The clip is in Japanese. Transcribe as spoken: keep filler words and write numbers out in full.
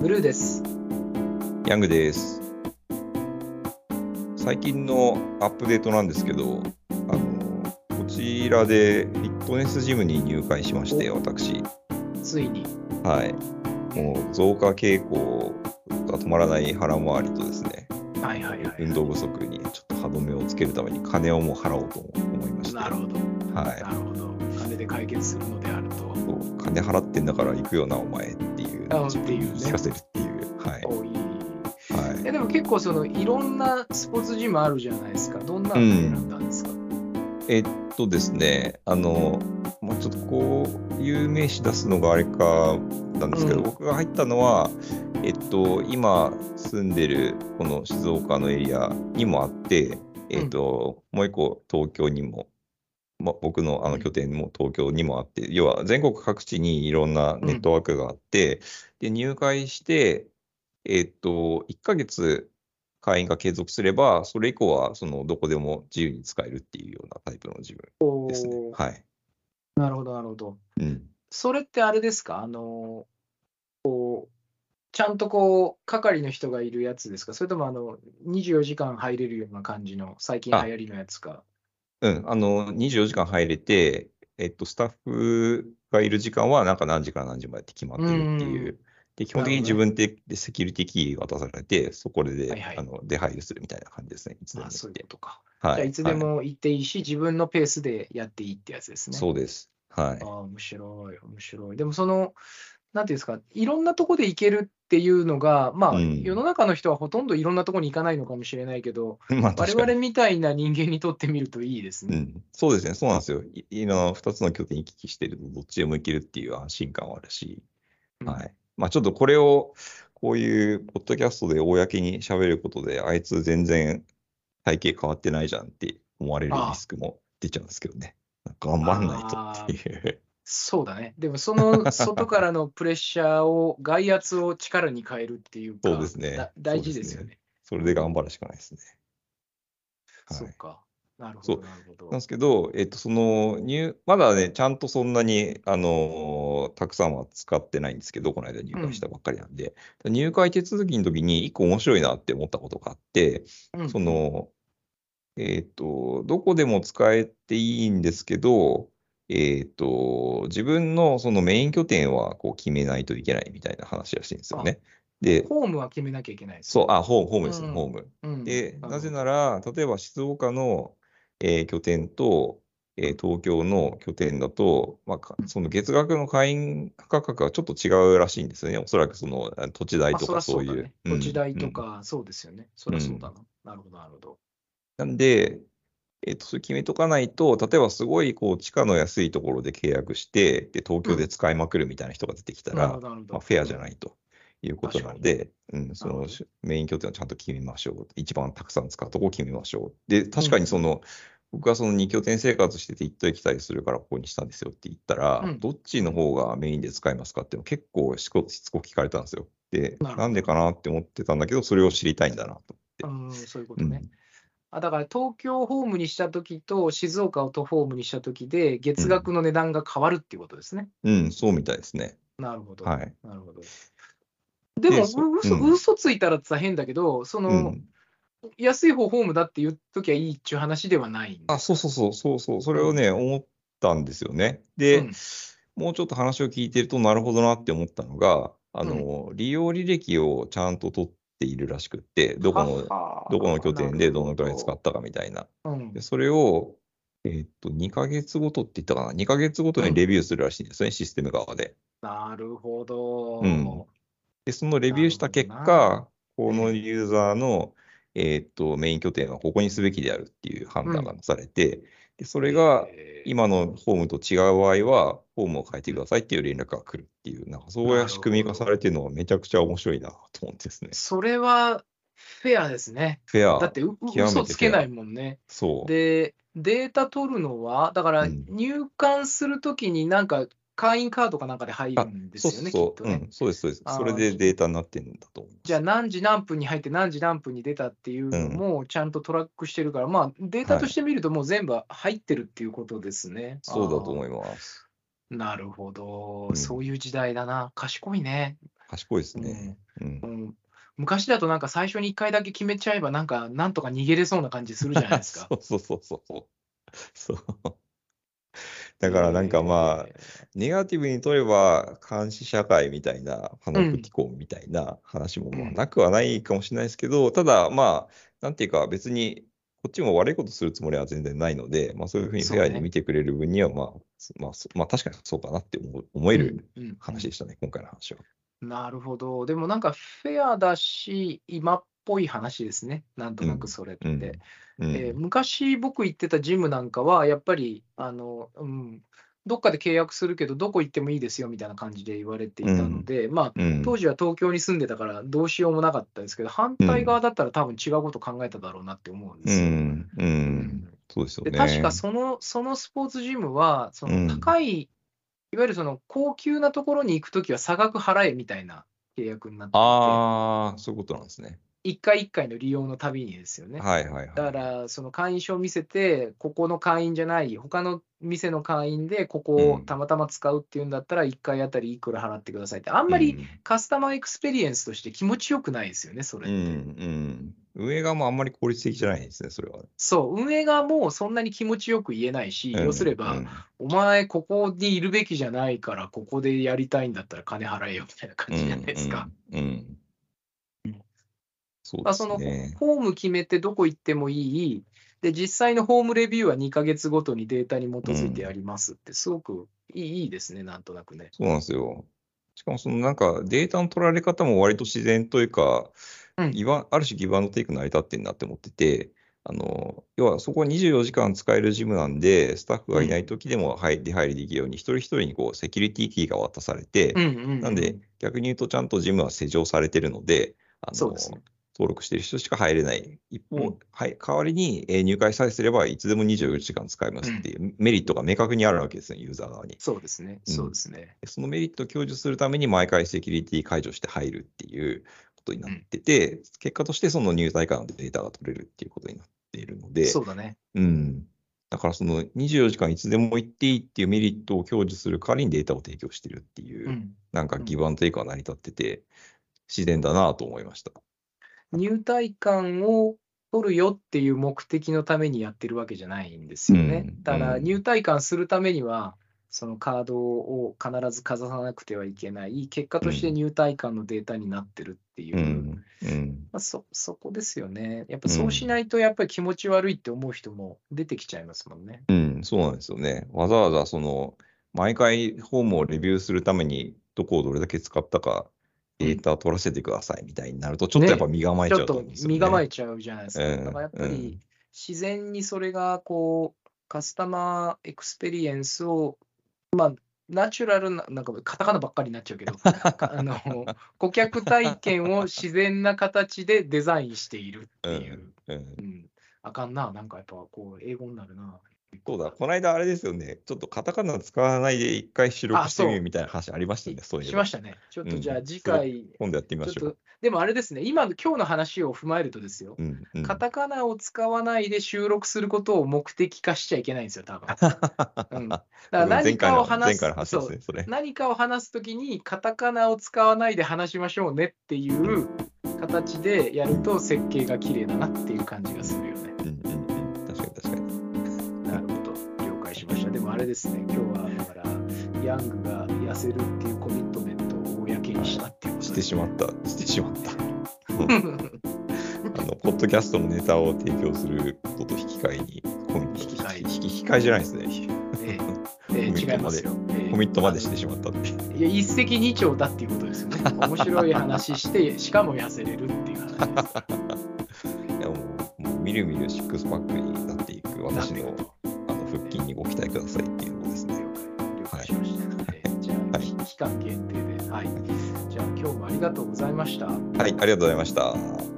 ブルーです。 ヤングです。最近のアップデートなんですけど、あのこちらでフィットネスジムに入会しまして、私。 ついに。 はい。もう増加傾向が止まらない腹回りとですね、 はいはいはいはい、 運動不足にちょっと歯止めをつけるために金をもう払おうと思いまして。 なるほど。 はい。 なるほど。金で解決するのであると。 そう金払ってんだから行くよな、お前っていうのを自分に言い聞かせるっていう。はい。 おいい。 はい。 えでも結構そのいろんなスポーツジムあるじゃないですか。どんなの選んだんですか？うん、 えっとですね、あの、まあ、ちょっとこう、有名詞出すのがあれかなんですけど、 うん、 僕が入ったのは、えっと、今住んでるこの静岡のエリアにもあって、えっと、もう一個東京にも、まあ、僕のあの拠点も東京にもあって、要は全国各地にいろんなネットワークがあって、で、入会して、えっと、いっかげつ会員が継続すれば、それ以降はそのどこでも自由に使えるっていうようなタイプのジムですね。はい。 なるほどなるほど。 うん。 それってあれですか？あのちゃんとこう係の人がいるやつですか？それともあのにじゅうよじかん入れるような感じの最近流あ、 行りのやつか？ うん。あの、にじゅうよじかん入れて、えっと、スタッフがいる時間は、なんか何時から何時までって決まってるっていう。で、基本的に自分でセキュリティキー渡されて、そこで、 はいはい、 あの出入りするみたいな感じですね。いつでもあ、そういうこ行って。 とか。 はい。 じゃあいつではい。 も行っていいし、自分のペースでやっていいってやつですね。 そうです。はああ、 い。 面白い、面白い。でもその、なんていうんですか、いろんなとこで行けるっていうのが、まあ、世うん。 の中の人はほとんどいろんなとこに行かないのかもしれないけど、 まあ、 我確かに。 々みたいな人間にとってみるといいですね。 うん。そうですね。そうなんですよ。いいの、二つの拠点行き来してると、どっちでも行けるっていう安心感はあるし。 うん、 はい。まあ、ちょっとこれを、こういうポッドキャストで公に喋ることで、あいつ全然体型変わってないじゃんって思われるリあスクも出ちゃうんですけどね。頑張んないとあ、ああ、 っていう。 そうだね。でもその外からのプレッシャーを、外圧を力に変えるっていうそうでか、だすね。そ大うですね。 事ですよね。 それで頑張るしかないですね。はい。 そうか。なるほそう。 ど、なるほど。 なんですけど、えっと、その、入、まだね、ちゃんとそんなに、あのーたくさんは使ってないんですけど、この間入うん、 会したばっかりなんで、入会手続きの時に一個面白いなって思ったことがあって、 うん、 そうん。 の、えっと、どこでも使えていいんですけど、えっと、自分のそのメイン拠点はこう決めないといけないみたいな話らしいんですよあ、 ね。で、 ホームは決めなきゃいけないですそう、 ね。 あ、ホーム、ホームですね、ホーうん、 ム。 うん、 で、なぜなるほど。 なら、例えば静岡の、えー拠点と、えー東京の拠点だと、まあ、かその月額の会員価格はちょっと違うらしいんですよね。おそらくそのあ土地代まあ、そりゃとかそういう。 そうだね。 うん、 土地代うん、 とか、そうですよね。そうん。 りゃそうだな。なるほど、なるほど。 なんで、えっと、それ決めとかないと、例えばすごいこう地価の安いところで契約して、で、東うん、 京で使いまくるみたいな人が出てきたら、 なるほど、なるほまあ、 ど。 フェアうん、 じゃないということ確かに。 なので、うん、そのなるほど。 メイン拠点をちゃんと決めましょう。一番たくさん使うところを決めましょう。で、確かうん、うん、 にその、僕はそのに拠点生活してて行ったり来たりするからここにしたんですよって言ったら、 うん、 どっちうん。 の方がメインで使いますかっていうの結構しこしつこく聞かれたんですよ。で、 なるほど。 なんでかなって思ってたんだけど、それを知りたいんだなと思って。 うん、そういうことね。 うん。 あ、だから東京ホームにしたときと静岡を都ホームにしたときで、月うん。 額の値段が変わるっていうことですね。 うん、そうみたいですね。 なるほど。 はい。 なるほど。でで、 も、 そ、 う嘘、 うん、 嘘ついたらさ変だけど、その、 うん。 安い方ホームだって言っときゃいいっていう話ではないんであ、 すか？ そうそうそう、そうそう、それうん、 をね、思ったんですよね。で、 うん、 もうちょっと話を聞いてると、なるほどなって思ったのが、あうん。 の、利用履歴をちゃんと取っているらしくって、どこはの、どこのは、 拠点でどなるほのくらい使ど。 ったかみたいな。で、 うん、 それを、えーっと、にかげつごとって言ったかな？ に ヶ月ごとうん。 にレビューするらしいんですね、システム側で。 なるほうん。 ど。 で、そのレビューしたなるほど結な。 果、このええ。 ユーザーの、えーっと、メイン拠点はここにすべきであるっていう判うん。 断がなされて、で、それがえ今のホームと違う場合は、ホームを変えてーうん。 くださいっていう連絡が来るっていう、なんかそういうなる仕組みほど。 化されてるのがめちゃくちゃ面白いなと思ってですね。 それはフェアですね。 フェア、 だってう、う極め嘘つけないてフェア。 もんね。 そで、データ取るのは、だかう。うらん。 入館するときになんか会員カードかなんかで入るあ、そうんですよね、きっそうそう。 とね。 うん、そうです、そうです。それあーでデータになってるんだと思いまじゃあす。 何時何分に入って何時何分に出たっていうのうん。 もちゃんとトラックしてるから、まあデータはい。 として見るともう全部入ってるっていうことですね。あそうだと思います。 あ、なるほど。 うん。 そういう時代だな。賢いね。 賢いですね。 うん。 うんうん、昔だとなんか最初にいっかいだけ決めちゃえばなんかなんとか逃げれそうな感じするじゃないですか。 そうそうそうそうそう。そうだからなんかまあ、 えーネガティブに取れば監視社会みたいな、パノプティコンみたいな話もまあうんなくはないかもしれないですけど、ただまあ、なんていうか別にこっちも悪いことするつもりは全然ないので、まあそういうふうにフェアに見てくれる分には、まあ、まあ、そまあ確かにそうかなって思う思えるうんうん話でしたね、今回の話は。 なるほど。でもなんかフェアだし、今っぽい話ですね。なんとなくそれって。 うんうんえー昔僕行ってたジムなんかは、やっぱり、あの、うん、どっかで契約するけど、どこ行ってもいいですよみたいな感じで言われていたので、まあ、 うん当時は東京に住んでたからどうしようもなかったですけど、反対側だったら多分違うこと考えただろうなって思うんでうすよ。 んううんんそうですよで、 ね。 確かその、そのスポーツジムは、その高い、いわゆるその高級なところに行くときは差額払えみたいな契約になっていて、 ああ、そういうことなんですね。 一回一回の利用のたびにですよね。 はいはいはい。 だから、その会員証を見せて、ここの会員じゃない、他の店の会員で、ここをたまたま使うっていうんだったら、いっかいあたりいくら払ってくださいって、あんまりカスタマーエクスペリエンスとして気持ちよくないですよね、それって。 うんうん運営側もあんまり効率的じゃないですね、それは。 そう、運営側もそんなに気持ちよく言えないし、 うん要すれば、 うんお前、ここにいるべきじゃないから、ここでやりたいんだったら金払えよみたいな感じじゃないですか。 うんうんうんそうでまあそのすね。 ホーム決めてどこ行ってもいい、で、実際のホームレビューはにかげつごとにデータに基づいてやりますって、すごくいいいいですね、なんとなくね。 そうなんですよ。しかもそのなんかデータの取られ方も割と自然というか、 うんギバある種ギブアンドテイク成り立ってんなって思ってて、あの要はそこはにじゅうよじかん使えるジムなんで、スタッフがいないときでも入出入りできるように、一人一人にこうセキュリティキーが渡されて、 うんうんうんなんで逆に言うとちゃんとジムは施錠されてるので、あのそうですね。 登録している人しか入れない。一方、 うんはい、代わりにえー入会さえすればいつでもにじゅうよじかん使えますっていうメリットが明確にあるわけですね、ユーザー側に。 そうですね。 うんそうですね。 そのメリットを享受するために毎回セキュリティ解除して入るっていうことになってて、結果としてその入退会のデータが取れるっていうことになっているので、 そうだね。 うん。だからそのにじゅうよじかんいつでも行っていいっていうメリットを享受する代わりにデータを提供しているっていう、 うんなんかギブアンドテイクが成り立ってて、自然だなと思いました。 入退館を取るよっていう目的のためにやってるわけじゃないんですよね。 うんだからうん入退館するためには、そのカードを必ずかざさなくてはいけない、結果として入退館のデータになってるっていう、 うんうんまあ、そそこですよね。やっぱそうしないと、やっぱり気持ち悪いって思う人も出てきちゃいますもんね。 うん、そうなんですよね。わざわざその、毎回ホームをレビューするために、どこをどれだけ使ったか、データ取らせてくださいみたいになると、ちょっとやっぱ身構えちゃうとちょっと思うんですよね。 身構えちゃうじゃないですか。 うんだからやっぱうりん自然にそれがこうカスタマーエクスペリエンスを、まあ、ナチュラルな、なんかカタカナばっかりになっちゃうけど、あの顧客体験を自然な形でデザインしているっていう。 うんうんあかんな、なんかやっぱこう英語になるな。 そうだ、この間あれですよね、ちょっとカタカナ使わないで一回収録してみるみたいな話ありましたね、そういえば。 しましたね。ちょっとじゃあうん次回、 今度やってみましょう。 ちょっとでもあれですね、今の今日の話を踏まえるとですよ、 うんうん、 カタカナを使わないで収録することを目的化しちゃいけないんですよ、多分。うん、だから何かを話す、そう、何かを話すときにカタカナを使わないで話しましょうねっていう形でやると設計が綺麗だなっていう感じがするよね。 うんうんうん、確かに確かに。 なるほど、了解しました。でもあれですね、今日はだからヤングが痩せるっていうコミットメントを公にしたっていうことしてしまった、してしまった。あのポッドキャストのネタを提供することと引き換えに、コミット引き換え引き換えじゃないですね。 ええええ、違いますよ。ええ、 コミットまでしてしまったって。 いや、一石二鳥だっていうことですよね。面白い話して、しかも痩せれるっていう話です。 いやもう、もうみるみるシックスパックになっていく私のあの腹筋にご期待くださいっていうことですね。 了解しました。はい、じゃあ、はい、期間限定で。はい。じゃあ、今日もありがとうございました。はい、ありがとうございました。